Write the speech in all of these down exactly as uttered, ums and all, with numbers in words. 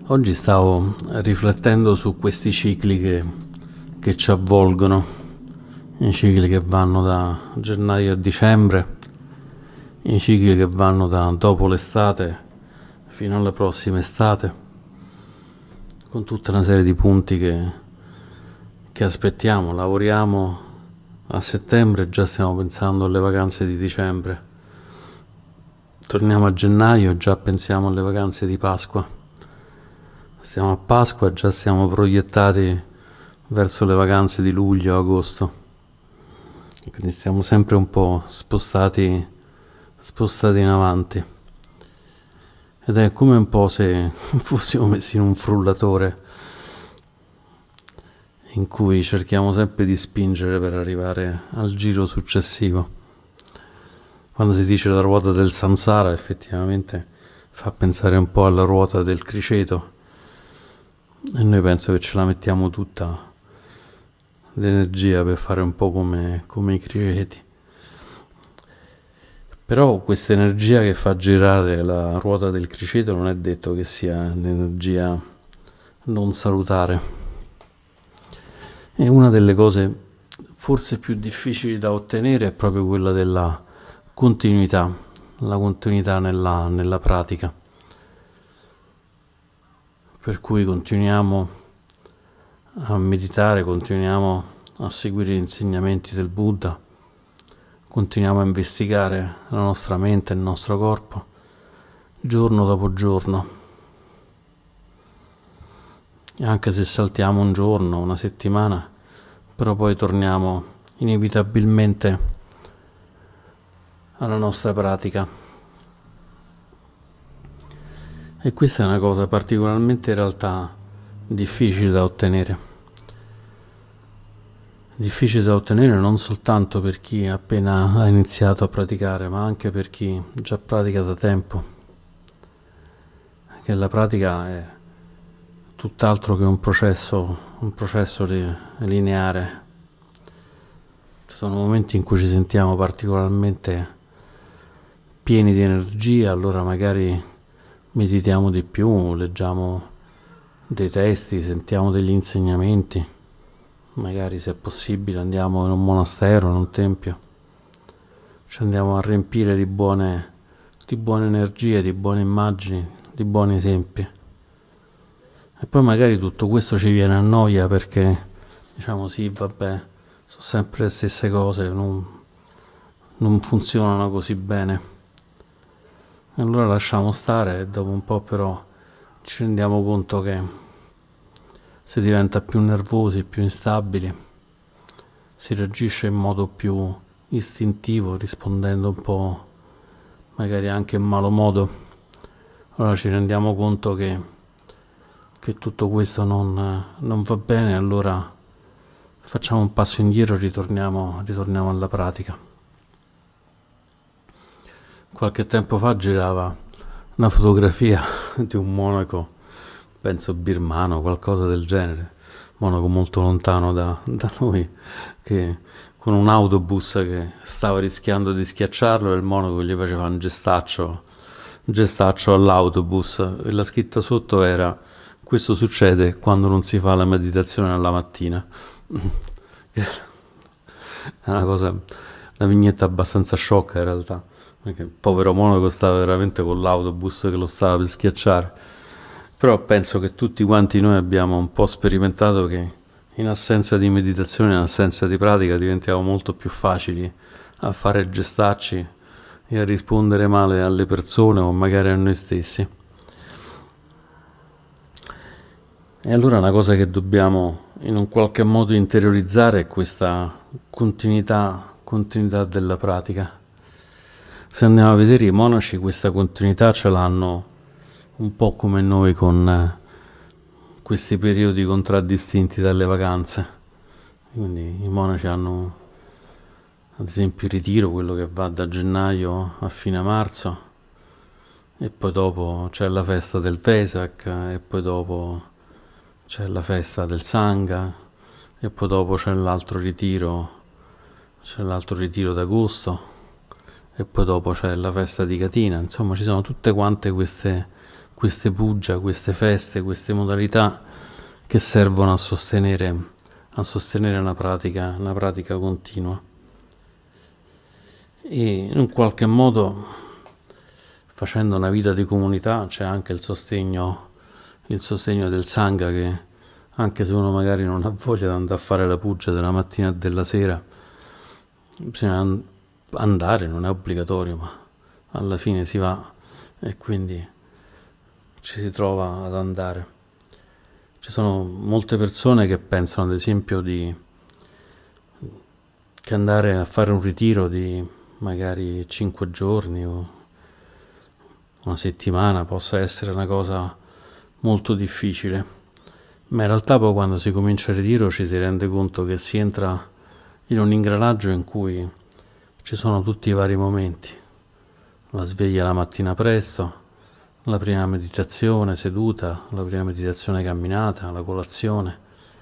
Oggi stavo riflettendo su questi cicli che, che ci avvolgono, i cicli che vanno da gennaio a dicembre, i cicli che vanno da dopo l'estate fino alla prossima estate, con tutta una serie di punti che, che aspettiamo. Lavoriamo a settembre e già stiamo pensando alle vacanze di dicembre. Torniamo a gennaio e già pensiamo alle vacanze di Pasqua. Stiamo a Pasqua e già siamo proiettati verso le vacanze di luglio, agosto. Quindi stiamo sempre un po' spostati, spostati in avanti. Ed è come un po' se fossimo messi in un frullatore in cui cerchiamo sempre di spingere per arrivare al giro successivo. Quando si dice la ruota del Sansara, effettivamente fa pensare un po' alla ruota del criceto. E noi penso che ce la mettiamo tutta l'energia per fare un po' come, come i criceti. Però questa energia che fa girare la ruota del criceto non è detto che sia l'energia non salutare. E una delle cose forse più difficili da ottenere è proprio quella della continuità, la continuità nella, nella pratica. Per cui continuiamo a meditare, continuiamo a seguire gli insegnamenti del Buddha, continuiamo a investigare la nostra mente e il nostro corpo giorno dopo giorno. E anche se saltiamo un giorno, una settimana, però poi torniamo inevitabilmente alla nostra pratica. E questa è una cosa particolarmente in realtà difficile da ottenere. Difficile da ottenere non soltanto per chi ha appena ha iniziato a praticare, ma anche per chi già pratica da tempo. Che la pratica è tutt'altro che un processo, un processo lineare. Ci sono momenti in cui ci sentiamo particolarmente pieni di energia, allora magari meditiamo di più, leggiamo dei testi, sentiamo degli insegnamenti, magari se è possibile andiamo in un monastero, in un tempio, ci andiamo a riempire di buone, di buone energie, di buone immagini, di buoni esempi. E poi magari tutto questo ci viene a noia perché diciamo sì, vabbè, sono sempre le stesse cose, non, non funzionano così bene. Allora lasciamo stare e dopo un po' però ci rendiamo conto che si diventa più nervosi, più instabili, si reagisce in modo più istintivo, rispondendo un po' magari anche in malo modo. Allora ci rendiamo conto che, che tutto questo non, non va bene, allora facciamo un passo indietro e ritorniamo, ritorniamo alla pratica. Qualche tempo fa girava una fotografia di un monaco, penso birmano, qualcosa del genere, monaco molto lontano da, da noi, che con un autobus che stava rischiando di schiacciarlo e il monaco gli faceva un gestaccio, un gestaccio all'autobus e la scritta sotto era: questo succede quando non si fa la meditazione alla mattina. È una cosa, una vignetta abbastanza sciocca in realtà, perché il povero monaco stava veramente con l'autobus che lo stava per schiacciare. Però penso che tutti quanti noi abbiamo un po' sperimentato che in assenza di meditazione, in assenza di pratica, diventiamo molto più facili a fare gestacci e a rispondere male alle persone o magari a noi stessi. E allora una cosa che dobbiamo in un qualche modo interiorizzare è questa continuità, continuità della pratica. Se andiamo a vedere i monaci questa continuità ce l'hanno un po' come noi con questi periodi contraddistinti dalle vacanze. Quindi i monaci hanno ad esempio il ritiro, quello che va da gennaio a fine marzo, e poi dopo c'è la festa del Vesak, e poi dopo c'è la festa del Sangha, e poi dopo c'è l'altro ritiro, c'è l'altro ritiro d'agosto, e poi dopo c'è la festa di Catina. Insomma, ci sono tutte quante queste queste puggia, queste feste, queste modalità che servono a sostenere, a sostenere una pratica, una pratica continua. E in qualche modo, facendo una vita di comunità, c'è anche il sostegno, il sostegno del Sangha, che anche se uno magari non ha voglia di andare a fare la puggia della mattina e della sera, bisogna andare, non è obbligatorio, ma alla fine si va e quindi ci si trova ad andare. Ci sono molte persone che pensano, ad esempio, di che andare a fare un ritiro di magari cinque giorni o una settimana possa essere una cosa molto difficile, ma in realtà poi quando si comincia il ritiro ci si rende conto che si entra in un ingranaggio in cui ci sono tutti i vari momenti: la sveglia la mattina presto, la prima meditazione seduta, la prima meditazione camminata, la colazione,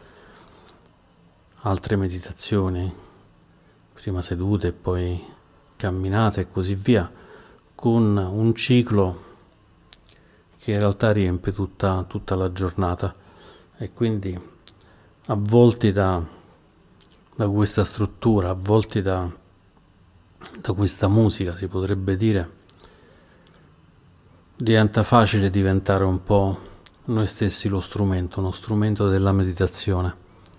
altre meditazioni, prima sedute e poi camminate e così via, con un ciclo che in realtà riempie tutta, tutta la giornata. E quindi, avvolti da, da questa struttura, avvolti da, da questa musica, si potrebbe dire, diventa facile diventare un po' noi stessi lo strumento, uno strumento della meditazione.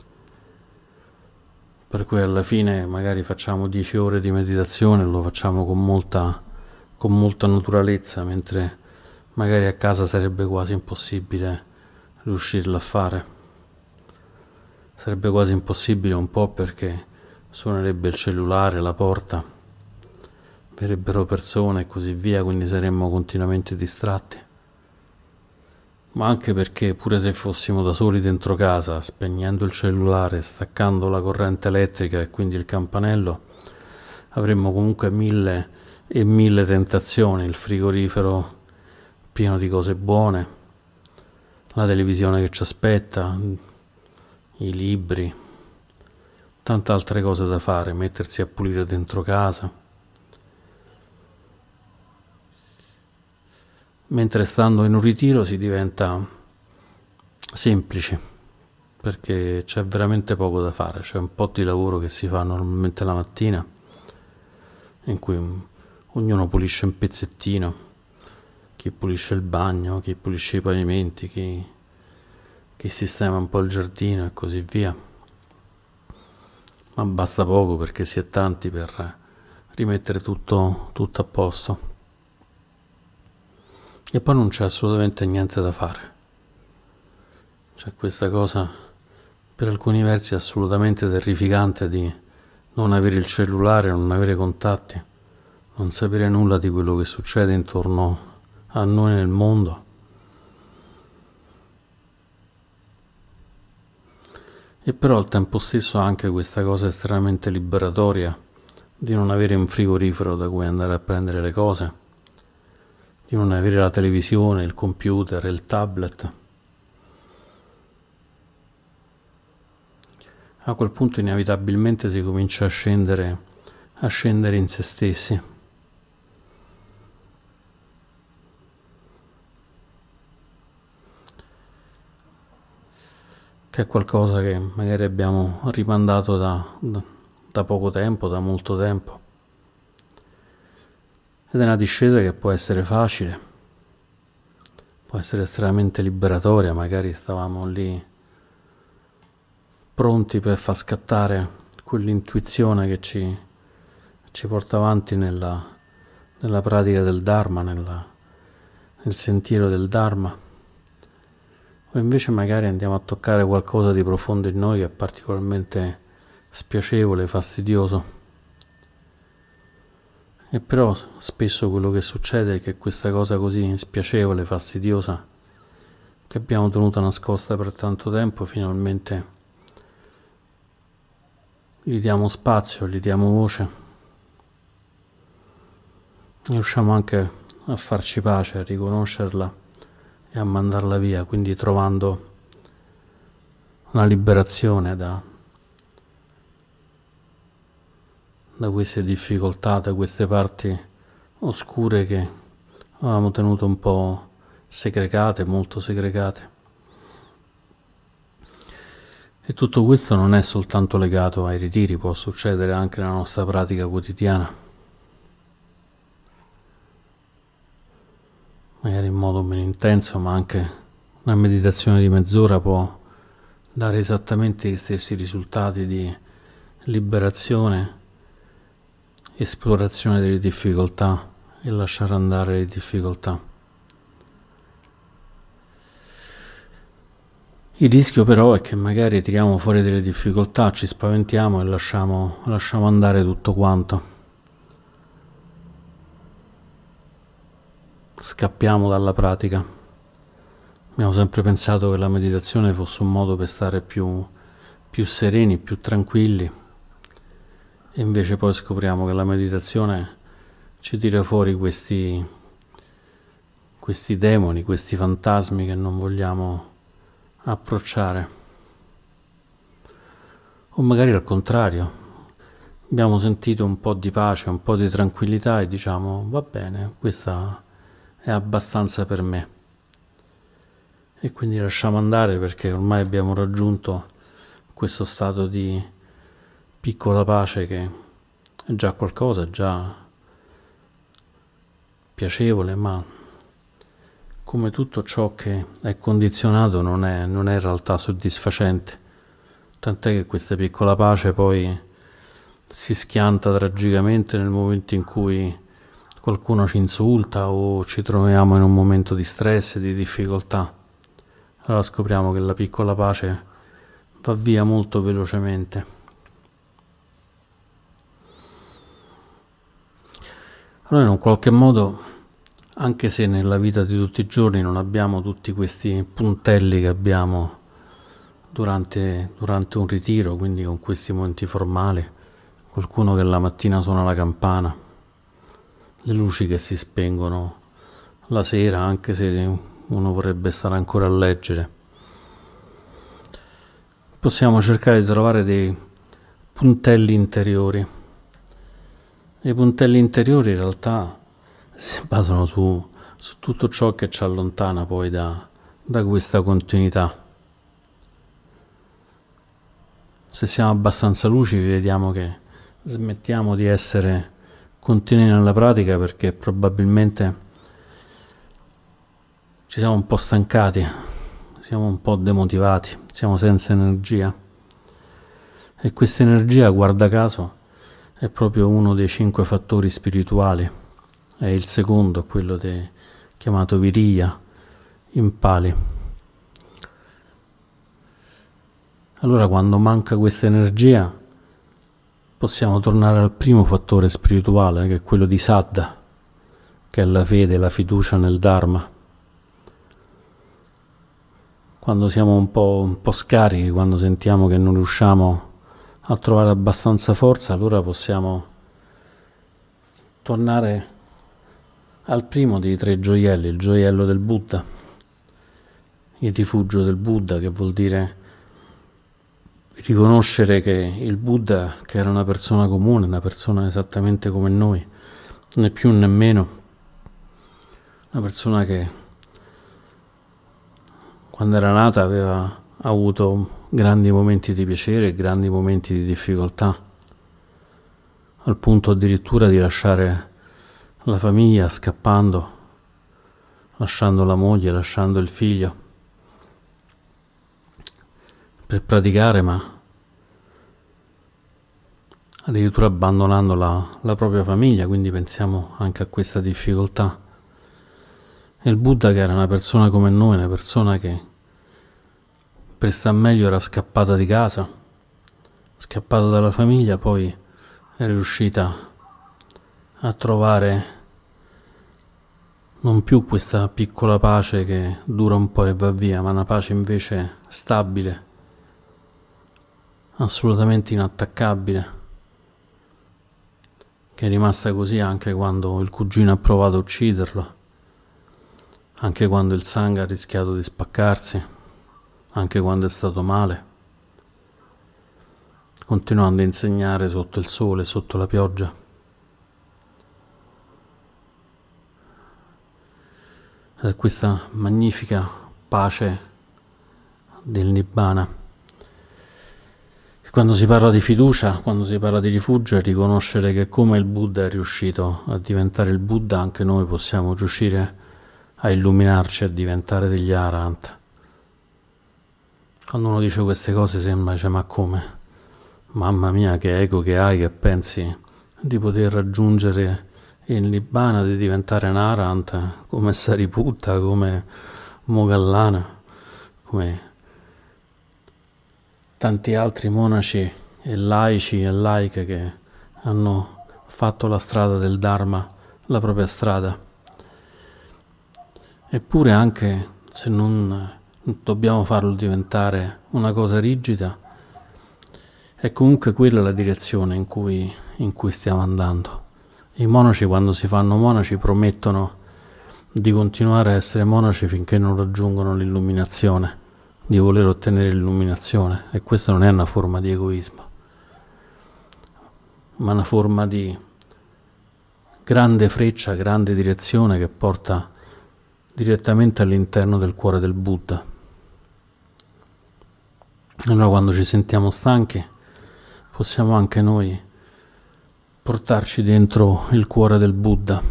Per cui alla fine magari facciamo dieci ore di meditazione, lo facciamo con molta, con molta naturalezza, mentre magari a casa sarebbe quasi impossibile riuscirlo a fare. Sarebbe quasi impossibile, un po' perché suonerebbe il cellulare, la porta, verrebbero persone e così via, quindi saremmo continuamente distratti. Ma anche perché pure se fossimo da soli dentro casa, spegnendo il cellulare, staccando la corrente elettrica e quindi il campanello, avremmo comunque mille e mille tentazioni: il frigorifero pieno di cose buone, la televisione che ci aspetta, i libri, tante altre cose da fare, mettersi a pulire dentro casa. Mentre stando in un ritiro si diventa semplici, perché c'è veramente poco da fare. C'è un po' di lavoro che si fa normalmente la mattina, in cui ognuno pulisce un pezzettino, chi pulisce il bagno, chi pulisce i pavimenti, chi, chi sistema un po' il giardino e così via. Ma basta poco perché si è tanti per rimettere tutto, tutto a posto. E poi non c'è assolutamente niente da fare. C'è questa cosa per alcuni versi assolutamente terrificante di non avere il cellulare, non avere contatti, non sapere nulla di quello che succede intorno a noi nel mondo. E però al tempo stesso anche questa cosa estremamente liberatoria di non avere un frigorifero da cui andare a prendere le cose, di non avere la televisione, il computer, il tablet. A quel punto inevitabilmente si comincia a scendere, a scendere in se stessi. Che è qualcosa che magari abbiamo rimandato da, da, da poco tempo, da molto tempo. Ed è una discesa che può essere facile, può essere estremamente liberatoria. Magari stavamo lì pronti per far scattare quell'intuizione che ci, ci porta avanti nella, nella pratica del Dharma, nella, nel sentiero del Dharma. O invece magari andiamo a toccare qualcosa di profondo in noi che è particolarmente spiacevole, fastidioso. E però spesso quello che succede è che questa cosa così spiacevole, fastidiosa, che abbiamo tenuto nascosta per tanto tempo, finalmente gli diamo spazio, gli diamo voce, e riusciamo anche a farci pace, a riconoscerla e a mandarla via, quindi trovando una liberazione da, da queste difficoltà, da queste parti oscure che avevamo tenuto un po' segregate, molto segregate. E tutto questo non è soltanto legato ai ritiri, può succedere anche nella nostra pratica quotidiana, magari in modo meno intenso, ma anche una meditazione di mezz'ora può dare esattamente gli stessi risultati di liberazione, esplorazione delle difficoltà e lasciare andare le difficoltà. Il rischio però è che magari tiriamo fuori delle difficoltà, ci spaventiamo e lasciamo, lasciamo andare tutto quanto. Scappiamo dalla pratica. Abbiamo sempre pensato che la meditazione fosse un modo per stare più, più sereni, più tranquilli, e invece poi scopriamo che la meditazione ci tira fuori questi, questi demoni, questi fantasmi che non vogliamo approcciare. O magari al contrario, abbiamo sentito un po' di pace, un po' di tranquillità e diciamo va bene, questa è abbastanza per me, e quindi lasciamo andare perché ormai abbiamo raggiunto questo stato di piccola pace che è già qualcosa, è già piacevole, ma come tutto ciò che è condizionato non è, non è in realtà soddisfacente, tant'è che questa piccola pace poi si schianta tragicamente nel momento in cui qualcuno ci insulta o ci troviamo in un momento di stress e di difficoltà. Allora scopriamo che la piccola pace va via molto velocemente. Allora in un qualche modo, anche se nella vita di tutti i giorni non abbiamo tutti questi puntelli che abbiamo durante, durante un ritiro, quindi con questi momenti formali, qualcuno che la mattina suona la campana, le luci che si spengono la sera, anche se uno vorrebbe stare ancora a leggere, possiamo cercare di trovare dei puntelli interiori. I puntelli interiori in realtà si basano su, su tutto ciò che ci allontana poi da, da questa continuità. Se siamo abbastanza lucidi vediamo che smettiamo di essere continui nella pratica perché probabilmente ci siamo un po' stancati, siamo un po' demotivati, siamo senza energia, e questa energia, guarda caso, è proprio uno dei cinque fattori spirituali. È il secondo, quello de, chiamato Viriya in Pali. Allora quando manca questa energia possiamo tornare al primo fattore spirituale, che è quello di Saddha, che è la fede, la fiducia nel Dharma. Quando siamo un po', un po' scarichi, quando sentiamo che non riusciamo a trovare abbastanza forza, allora possiamo tornare al primo dei tre gioielli, il gioiello del Buddha, il rifugio del Buddha, che vuol dire riconoscere che il Buddha, che era una persona comune, una persona esattamente come noi, né più né meno, una persona che quando era nata aveva avuto grandi momenti di piacere e grandi momenti di difficoltà, al punto addirittura di lasciare la famiglia scappando, lasciando la moglie, lasciando il figlio per praticare, ma addirittura abbandonando la, la propria famiglia. Quindi pensiamo anche a questa difficoltà. E il Buddha, che era una persona come noi, una persona che per star meglio era scappata di casa, scappata dalla famiglia, poi è riuscita a trovare non più questa piccola pace che dura un po' e va via, ma una pace invece stabile, assolutamente inattaccabile, che è rimasta così anche quando il cugino ha provato a ucciderlo, anche quando il sangue ha rischiato di spaccarsi, anche quando è stato male, continuando a insegnare sotto il sole, sotto la pioggia. ed è questa magnifica pace del Nibbana. E quando si parla di fiducia, quando si parla di rifugio, è riconoscere che come il Buddha è riuscito a diventare il Buddha, anche noi possiamo riuscire a illuminarci, a diventare degli Arahant. Quando uno dice queste cose sembra, dice, ma come? Mamma mia, che ego che hai, che pensi di poter raggiungere il Nibbana, di diventare un Arahant, come Sariputta, come Moggallana, come tanti altri monaci e laici e laiche che hanno fatto la strada del Dharma, la propria strada. Eppure, anche se non dobbiamo farlo diventare una cosa rigida, è comunque quella la direzione in cui, in cui stiamo andando. I monaci, quando si fanno monaci, promettono di continuare a essere monaci finché non raggiungono l'illuminazione, di voler ottenere l'illuminazione, e questa non è una forma di egoismo, ma una forma di grande freccia, grande direzione che porta direttamente all'interno del cuore del Buddha. Allora, quando ci sentiamo stanchi, possiamo anche noi portarci dentro il cuore del Buddha.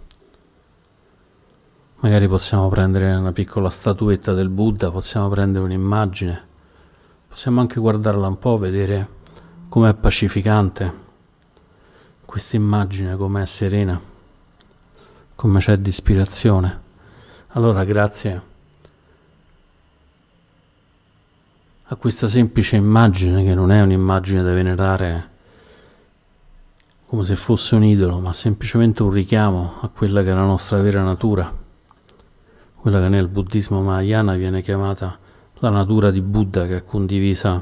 Magari possiamo prendere una piccola statuetta del Buddha, possiamo prendere un'immagine, possiamo anche guardarla un po', vedere com'è pacificante questa immagine, com'è serena, come c'è di ispirazione. Allora, grazie a questa semplice immagine, che non è un'immagine da venerare come se fosse un idolo, ma semplicemente un richiamo a quella che è la nostra vera natura, quella che nel buddismo Mahayana viene chiamata la natura di Buddha, che è condivisa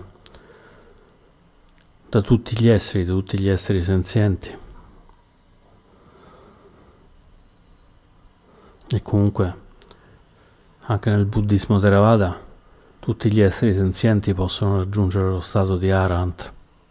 da tutti gli esseri, da tutti gli esseri senzienti. E comunque anche nel buddismo Theravada tutti gli esseri senzienti possono raggiungere lo stato di Arahant.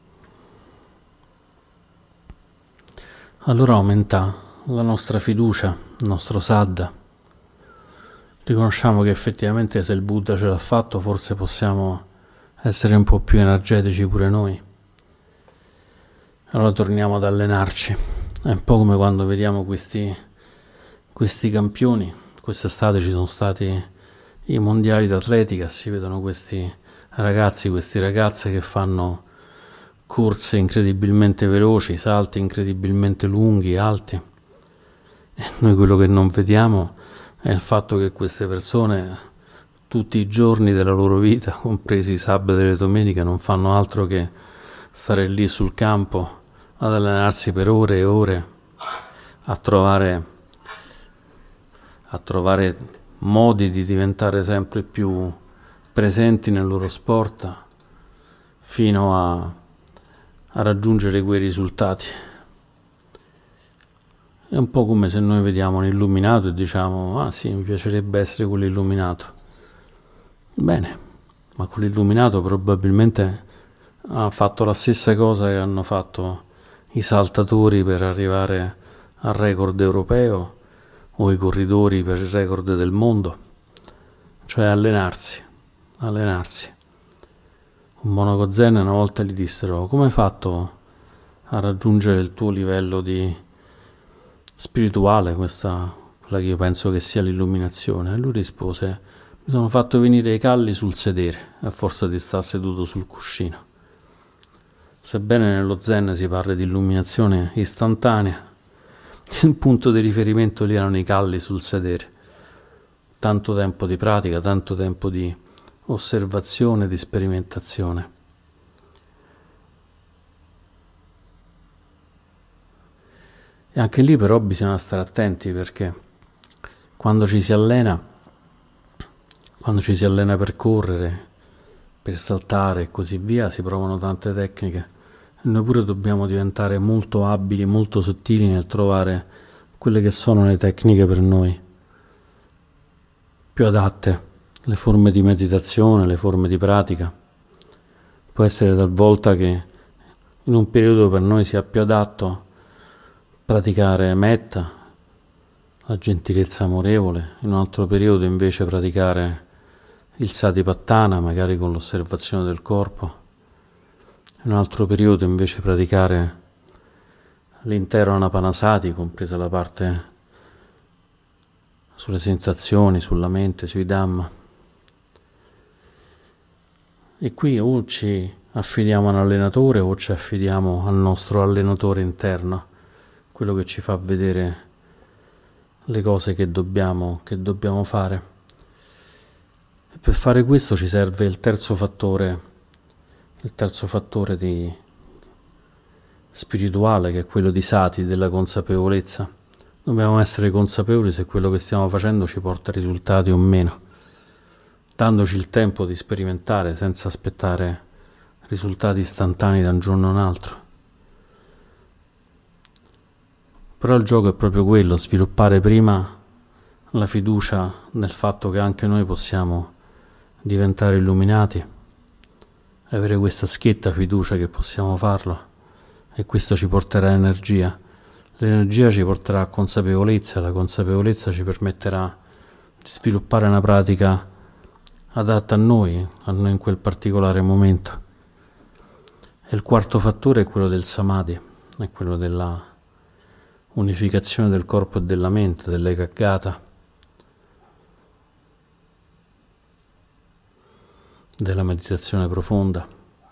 Allora aumenta la nostra fiducia, il nostro saddha. Riconosciamo che effettivamente se il Buddha ce l'ha fatto, forse possiamo essere un po' più energetici pure noi. Allora torniamo ad allenarci. È un po' come quando vediamo questi, questi campioni. Quest'estate ci sono stati i mondiali d'atletica, si vedono questi ragazzi, queste ragazze che fanno corse incredibilmente veloci, salti incredibilmente lunghi, alti. E noi quello che non vediamo è il fatto che queste persone tutti i giorni della loro vita, compresi i sabati e le domeniche, non fanno altro che stare lì sul campo ad allenarsi per ore e ore, a trovare a trovare modi di diventare sempre più presenti nel loro sport fino a, a raggiungere quei risultati. È un po' come se noi vediamo un illuminato e diciamo: ah sì, mi piacerebbe essere quell'illuminato. Bene, ma quell'illuminato probabilmente ha fatto la stessa cosa che hanno fatto i saltatori per arrivare al record europeo o i corridori per il record del mondo, cioè allenarsi, allenarsi. Un monaco zen una volta gli dissero: come hai fatto a raggiungere il tuo livello di spirituale, questa, quella che io penso che sia l'illuminazione? E lui rispose: mi sono fatto venire i calli sul sedere a forza di stare seduto sul cuscino. Sebbene nello zen si parli di illuminazione istantanea, il punto di riferimento lì erano i calli sul sedere. Tanto tempo di pratica, tanto tempo di osservazione, di sperimentazione. E anche lì però bisogna stare attenti, perché quando ci si allena, quando ci si allena per correre, per saltare e così via, si provano tante tecniche. Noi pure dobbiamo diventare molto abili, molto sottili nel trovare quelle che sono le tecniche per noi più adatte, le forme di meditazione, le forme di pratica. Può essere talvolta che in un periodo per noi sia più adatto praticare metta, la gentilezza amorevole, in un altro periodo invece praticare il Satipatthana, magari con l'osservazione del corpo, in un altro periodo invece praticare l'intero Anapanasati, compresa la parte sulle sensazioni, sulla mente, sui Dhamma. E qui o ci affidiamo a un allenatore o ci affidiamo al nostro allenatore interno, quello che ci fa vedere le cose che dobbiamo, che dobbiamo fare. E per fare questo ci serve il terzo fattore, il terzo fattore di spirituale, che è quello di sati, della consapevolezza. Dobbiamo essere consapevoli se quello che stiamo facendo ci porta risultati o meno, dandoci il tempo di sperimentare senza aspettare risultati istantanei da un giorno a un altro. Però il gioco è proprio quello, sviluppare prima la fiducia nel fatto che anche noi possiamo diventare illuminati, avere questa schietta fiducia che possiamo farlo, e questo ci porterà energia. L'energia ci porterà a consapevolezza, la consapevolezza ci permetterà di sviluppare una pratica adatta a noi, a noi in quel particolare momento. E il quarto fattore è quello del samadhi, è quello della unificazione del corpo e della mente, dell'ekaggata, della meditazione profonda,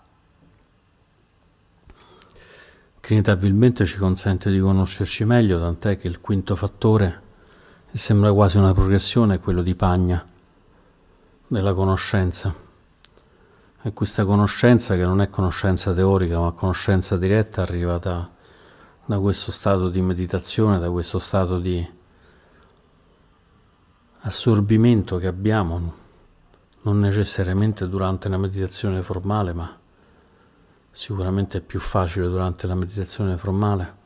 che inevitabilmente ci consente di conoscerci meglio, tant'è che il quinto fattore, che sembra quasi una progressione, è quello di Pagna, della conoscenza. E questa conoscenza, che non è conoscenza teorica ma conoscenza diretta, arriva da, da questo stato di meditazione, da questo stato di assorbimento che abbiamo, non necessariamente durante la meditazione formale, ma sicuramente è più facile durante la meditazione formale.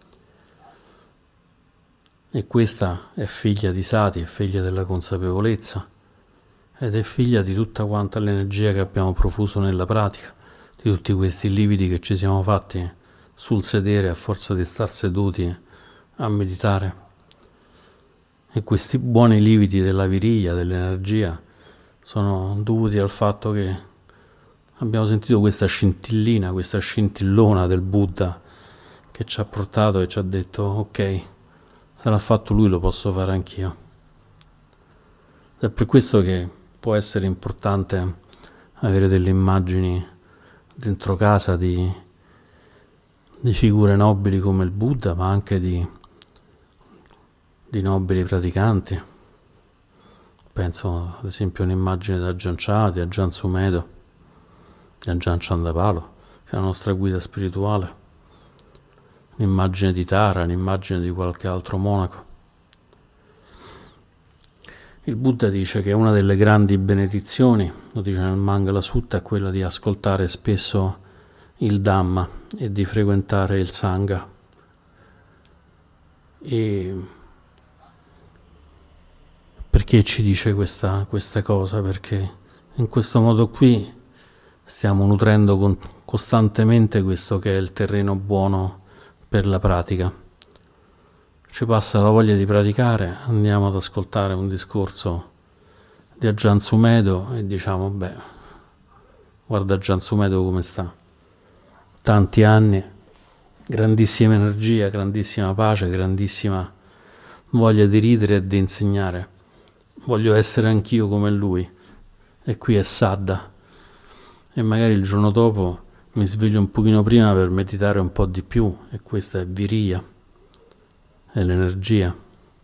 E questa è figlia di sati, è figlia della consapevolezza, ed è figlia di tutta quanta l'energia che abbiamo profuso nella pratica, di tutti questi lividi che ci siamo fatti sul sedere a forza di star seduti a meditare. E questi buoni lividi della viria, dell'energia, sono dovuti al fatto che abbiamo sentito questa scintillina, questa scintillona del Buddha che ci ha portato e ci ha detto: ok, se l'ha fatto lui lo posso fare anch'io. È per questo che può essere importante avere delle immagini dentro casa di, di figure nobili come il Buddha, ma anche di, di nobili praticanti. Penso ad esempio a un'immagine da Ajahn Chah, di Ajahn Sumedho, di Ajahn Chandapalo, che è la nostra guida spirituale, un'immagine di Tara, un'immagine di qualche altro monaco. Il Buddha dice che una delle grandi benedizioni, lo dice nel Mangala Sutta, è quella di ascoltare spesso il Dhamma e di frequentare il Sangha. E perché ci dice questa, questa cosa? Perché in questo modo qui stiamo nutrendo con, costantemente questo che è il terreno buono per la pratica. Ci passa la voglia di praticare, andiamo ad ascoltare un discorso di Ajahn Sumedho e diciamo: beh, guarda Ajahn Sumedho come sta. Tanti anni, grandissima energia, grandissima pace, grandissima voglia di ridere e di insegnare. Voglio essere anch'io come lui. E qui è Saddha. E magari il giorno dopo mi sveglio un pochino prima per meditare un po' di più, e questa è Viriya, è l'energia.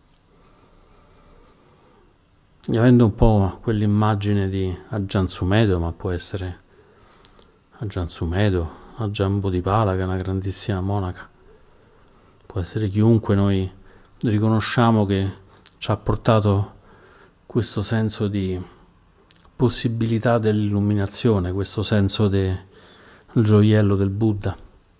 E avendo un po' quell'immagine di Ajahn Sumedho, ma può essere Ajahn Sumedho, Ajahn Bodhipala, che è una grandissima monaca, può essere chiunque, noi riconosciamo che ci ha portato questo senso di possibilità dell'illuminazione, questo senso del gioiello del Buddha.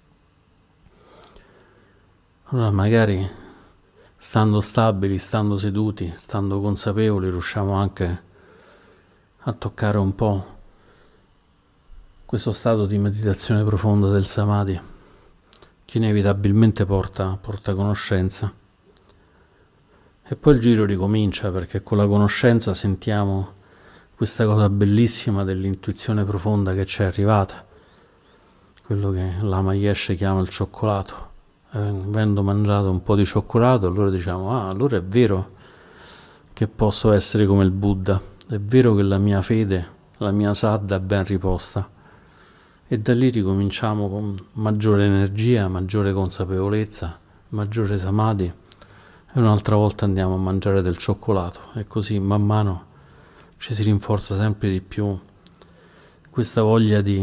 Allora magari stando stabili, stando seduti, stando consapevoli, riusciamo anche a toccare un po' questo stato di meditazione profonda del Samadhi, che inevitabilmente porta, porta conoscenza. E poi il giro ricomincia, perché con la conoscenza sentiamo questa cosa bellissima dell'intuizione profonda che ci è arrivata, quello che Lama Yeshe chiama il cioccolato. Eh, avendo mangiato un po' di cioccolato, allora diciamo, ah, allora è vero che posso essere come il Buddha, è vero che la mia fede, la mia sadda è ben riposta. E da lì ricominciamo con maggiore energia, maggiore consapevolezza, maggiore samadhi, e un'altra volta andiamo a mangiare del cioccolato, e così man mano ci si rinforza sempre di più questa voglia di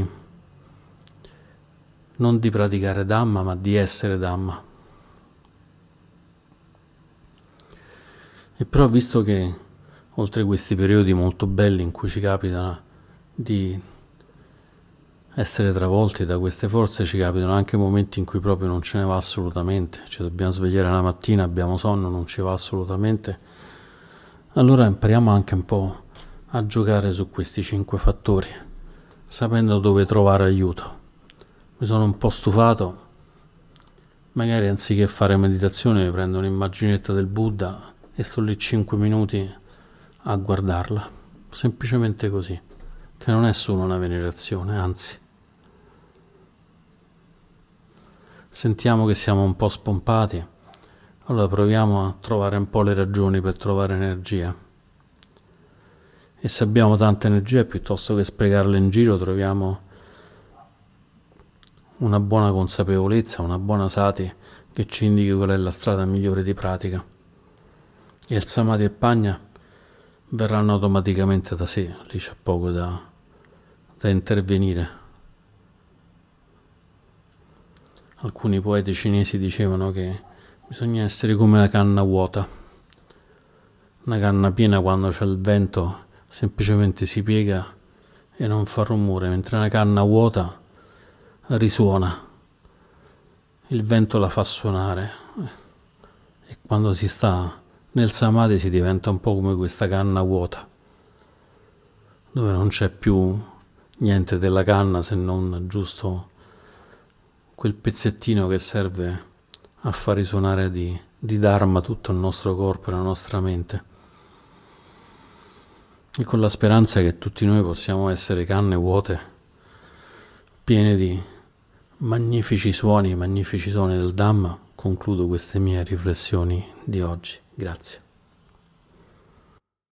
non di praticare Dhamma, ma di essere Dhamma. E però, visto che oltre questi periodi molto belli in cui ci capita di essere travolti da queste forze, ci capitano anche momenti in cui proprio non ce ne va assolutamente, ci dobbiamo svegliare la mattina, abbiamo sonno, non ci va assolutamente, allora impariamo anche un po' a giocare su questi cinque fattori, sapendo dove trovare aiuto. Mi sono un po' stufato, magari anziché fare meditazione mi prendo un'immaginetta del Buddha e sto lì cinque minuti a guardarla, semplicemente così, che non è solo una venerazione, anzi. Sentiamo che siamo un po' spompati, allora proviamo a trovare un po' le ragioni per trovare energia. E se abbiamo tanta energia, piuttosto che sprecarla in giro, troviamo una buona consapevolezza, una buona sati che ci indichi qual è la strada migliore di pratica. E il samadhi e pagna verranno automaticamente da sé, lì c'è poco da, da intervenire. Alcuni poeti cinesi dicevano che bisogna essere come una canna vuota. Una canna piena, quando c'è il vento, semplicemente si piega e non fa rumore, mentre una canna vuota risuona. Il vento la fa suonare. E quando si sta nel samadhi si diventa un po' come questa canna vuota, dove non c'è più niente della canna se non giusto quel pezzettino che serve a far risuonare di, di Dharma tutto il nostro corpo e la nostra mente. E con la speranza che tutti noi possiamo essere canne vuote, piene di magnifici suoni, magnifici suoni del Dhamma, concludo queste mie riflessioni di oggi. Grazie.